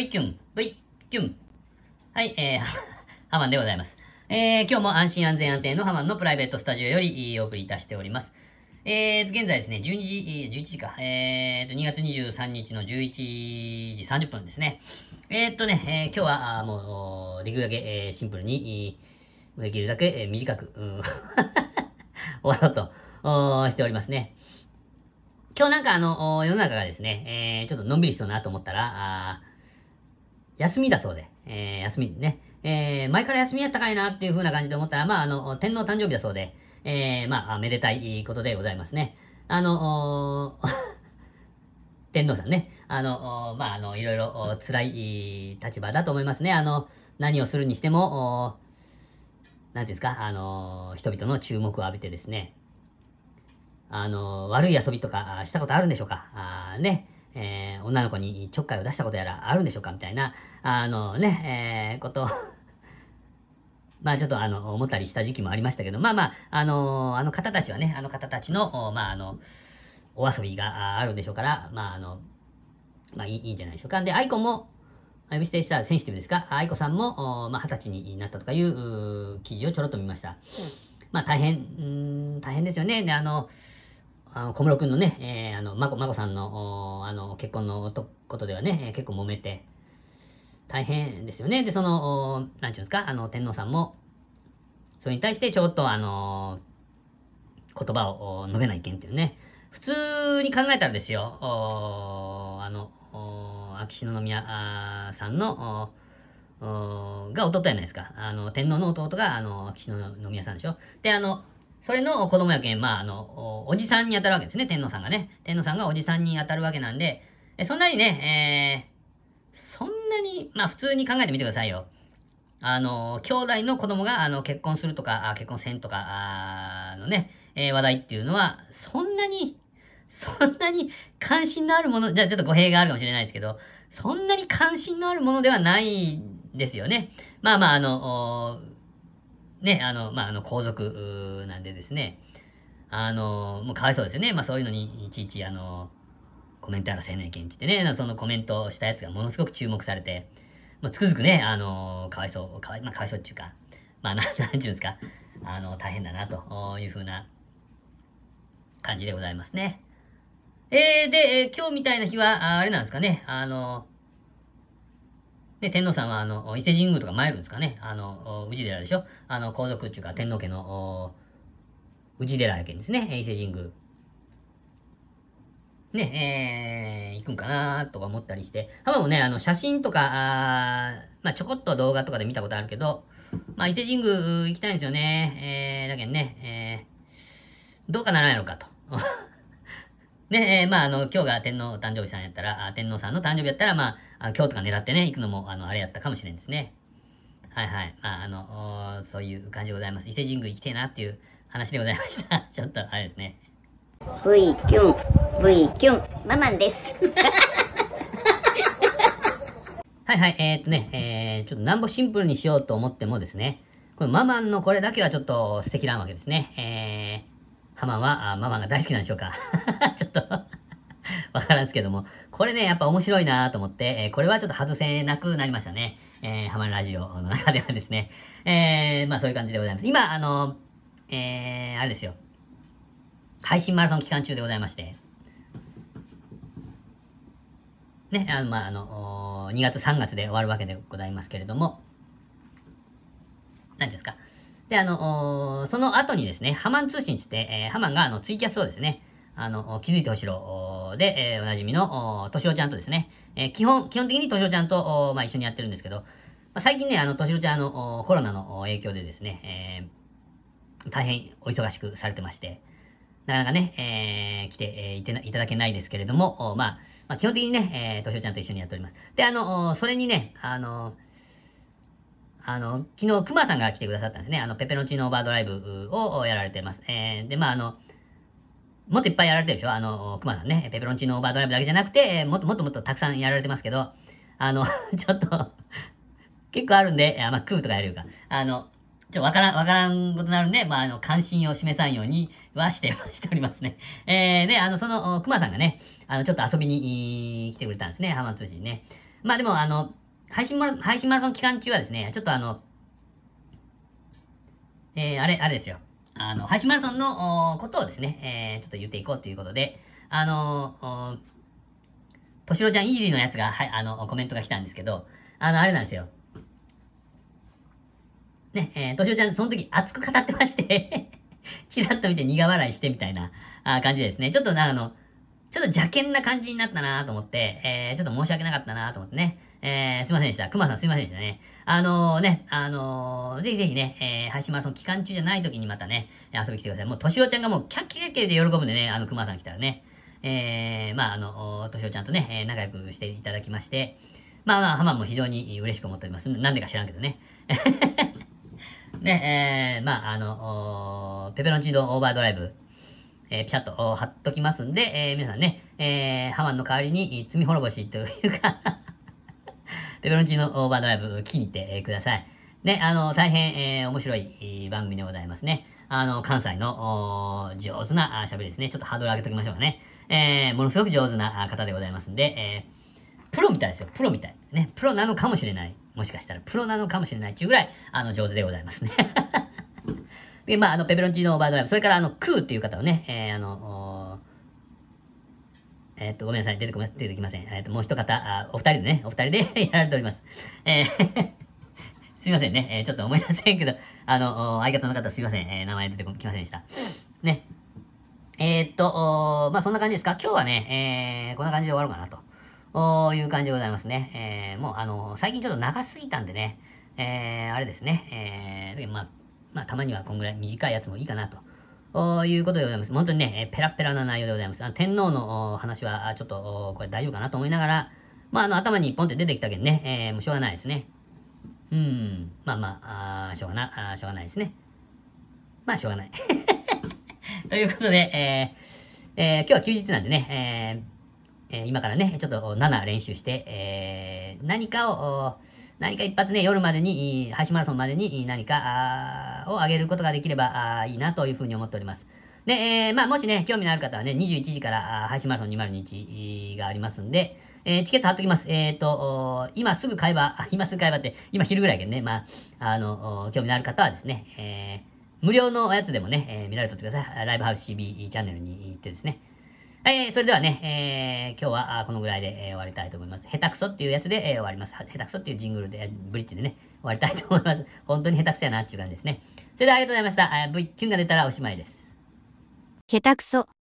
V キュン、V キュン。はい、ハマンでございます。今日も安心安全安定のハマンのプライベートスタジオよりお送りいたしております。現在ですね、12時、11時か、2月23日の11時30分ですね。今日は、もう、できるだけ、シンプルに、できるだけ、短く、終わろうと、しておりますね。今日なんか世の中がですね、ちょっとのんびりしそうなと思ったら、休みだそうで、休みね、前から休みやったかいなっていう風な感じで思ったら、天皇誕生日だそうで、めでたいことでございますね。天皇さんね、いろいろ辛い立場だと思いますね。何をするにしても、なんていうんですか、人々の注目を浴びてですね、悪い遊びとかしたことあるんでしょうか女の子にちょっかいを出したことやらあるんでしょうかみたいな、ことをちょっと思ったりした時期もありましたけど、あの方たちはね、あの方たちの、お遊びがあるんでしょうから、いいんじゃないでしょうか。で、愛子も、呼び捨てしたセンシティブですか、愛子さんも、20歳になったとかいう記事をちょろっと見ました。大変ですよね。で、小室くんのね、まこさんの、結婚のことではね、結構揉めて、大変ですよね。で、なんていうんですか、天皇さんも、それに対してちょっと言葉を述べない意見っていうね、普通に考えたらですよ、秋篠宮さんの、が弟じゃないですか。天皇の弟が、秋篠宮さんでしょ。で、それの子供やけん、おじさんに当たるわけですね、天皇さんがね。天皇さんがおじさんに当たるわけなんで、そんなにね、そんなに、普通に考えてみてくださいよ。兄弟の子供が、結婚するとか、結婚せんとか、のね、話題っていうのは、そんなに関心のあるもの、じゃあちょっと語弊があるかもしれないですけど、そんなに関心のあるものではないですよね。皇族なんでですね、もうかわいそうですよね。そういうのにいちいちコメントやらせないけんって言ってね、そのコメントしたやつがものすごく注目されて、つくづくね、かわいそうっていうか、なんていうんですか、大変だなというふうな感じでございますね。で、今日みたいな日は、あれなんですかね、天皇さんは、伊勢神宮とか参るんですかね。宇治寺でしょ。皇族っていうか、天皇家の、宇治寺やけんですね。伊勢神宮。行くんかなとか思ったりして。浜もね、写真とか、ちょこっと動画とかで見たことあるけど、伊勢神宮行きたいんですよね。だけどね、どうかならないのかと。今日が天皇誕生日さんやったら、天皇さんの誕生日やったら、今日とか狙ってね、行くのも、あれやったかもしれんですね。はいはい。そういう感じでございます。伊勢神宮行きてえなっていう話でございました。ちょっと、あれですね。 V キュン、V キュン、ママンです。 はいはい、ちょっとなんぼシンプルにしようと思ってもですね、このママンのこれだけはちょっと素敵なわけですね。ハマンは、ママンが大好きなんでしょうか。ちょっとわからんすけども。これね、やっぱ面白いなと思って、これはちょっと外せなくなりましたね。ハマンラジオの中ではですね。そういう感じでございます。今、あれですよ。配信マラソン期間中でございまして。ね、2月3月で終わるわけでございますけれども。何ていうんですか。で、その後にですね、ハマン通信つって、ハマンがツイキャスをですね、気づいてほしろで、おなじみの、としおちゃんとですね、基本的にとしおちゃんと、一緒にやってるんですけど、最近ね、としおちゃんコロナの影響でですね、大変お忙しくされてまして、なかなかね、来て、いただけないですけれども、基本的にね、としおちゃんと一緒にやっております。で、それにね、昨日、熊さんが来てくださったんですね。ペペロンチーノオーバードライブをやられてます。で、もっといっぱいやられてるでしょ熊さんね。ペペロンチーノオーバードライブだけじゃなくて、もっとたくさんやられてますけど、ちょっと結構あるんで、クーとかやるか。わからんことになるんで、関心を示さんようにはしておりますね。で、熊さんがね、ちょっと遊びに来てくれたんですね。ハマン通信ね。 まあでも、配信マラソン期間中はですね、ちょっとあれですよ。配信マラソンのことをですね、ちょっと言っていこうということで、としろちゃんいじりのやつが、はい、コメントが来たんですけど、あれなんですよ。ね、としろちゃんその時熱く語ってましてチラッと見て苦笑いしてみたいな感じですね。ちょっとちょっと邪険な感じになったなと思って、ちょっと申し訳なかったなと思ってね。すいませんでした。熊さんすいませんでしたね。ぜひぜひね、配信マラソン期間中じゃない時にまたね、遊びに来てください。もう、としおちゃんがもうキャッキャッキャで喜ぶんでね、熊さん来たらね。としおちゃんとね、仲良くしていただきまして、ハマンも非常に嬉しく思っております。なんでか知らんけどね。ね、ペペロンチーノオーバードライブ、ピシャッと貼っときますんで、皆さんね、ハマンの代わりに罪滅ぼしというかペペロンチーノオーバードライブ聞きに行って、ください。ね、大変、面白い番組でございますね。関西の上手な喋りですね。ちょっとハードル上げときましょうかね。ものすごく上手な方でございますんで、プロみたいですよ。プロみたい。ね、プロなのかもしれない。もしかしたらプロなのかもしれないっていうぐらい、上手でございますね。で、ペペロンチーノオーバードライブ、それからクーっていう方をね、ごめんなさい、出てきません。もう一方、お二人でね、お二人でやられております。すいませんね、ちょっと思い出せんけど、相方の方すいません、名前出てきませんでした。ね。そんな感じですか。今日はね、こんな感じで終わろうかなという感じでございますね。もう最近ちょっと長すぎたんでね、あれですね、たまにはこんぐらい短いやつもいいかなということでございます。本当にね、ペラペラな内容でございます。天皇の話は、ちょっと、これ大丈夫かなと思いながら、頭にポンって出てきたけどね、もうしょうがないですね。しょうがないですね。しょうがない。ということで、今日は休日なんでね、今からね、ちょっと7練習して、何か一発ね、夜までに、配信マラソンまでに何かを上げることができればいいなというふうに思っております。で、もしね、興味のある方はね、21時から配信マラソン2021がありますんで、チケット貼っときます。今すぐ買えばって、今昼ぐらいけどね、興味のある方はですね、無料のやつでもね、見られておってください。ライブハウス CB チャンネルに行ってですね。はい、それではね、今日はこのぐらいで終わりたいと思います。下手くそっていうやつで終わります。下手くそっていうジングルで、ブリッジでね、終わりたいと思います。本当に下手くそやなっていう感じですね。それではありがとうございました。V キュンが出たらおしまいです。 下手くそ。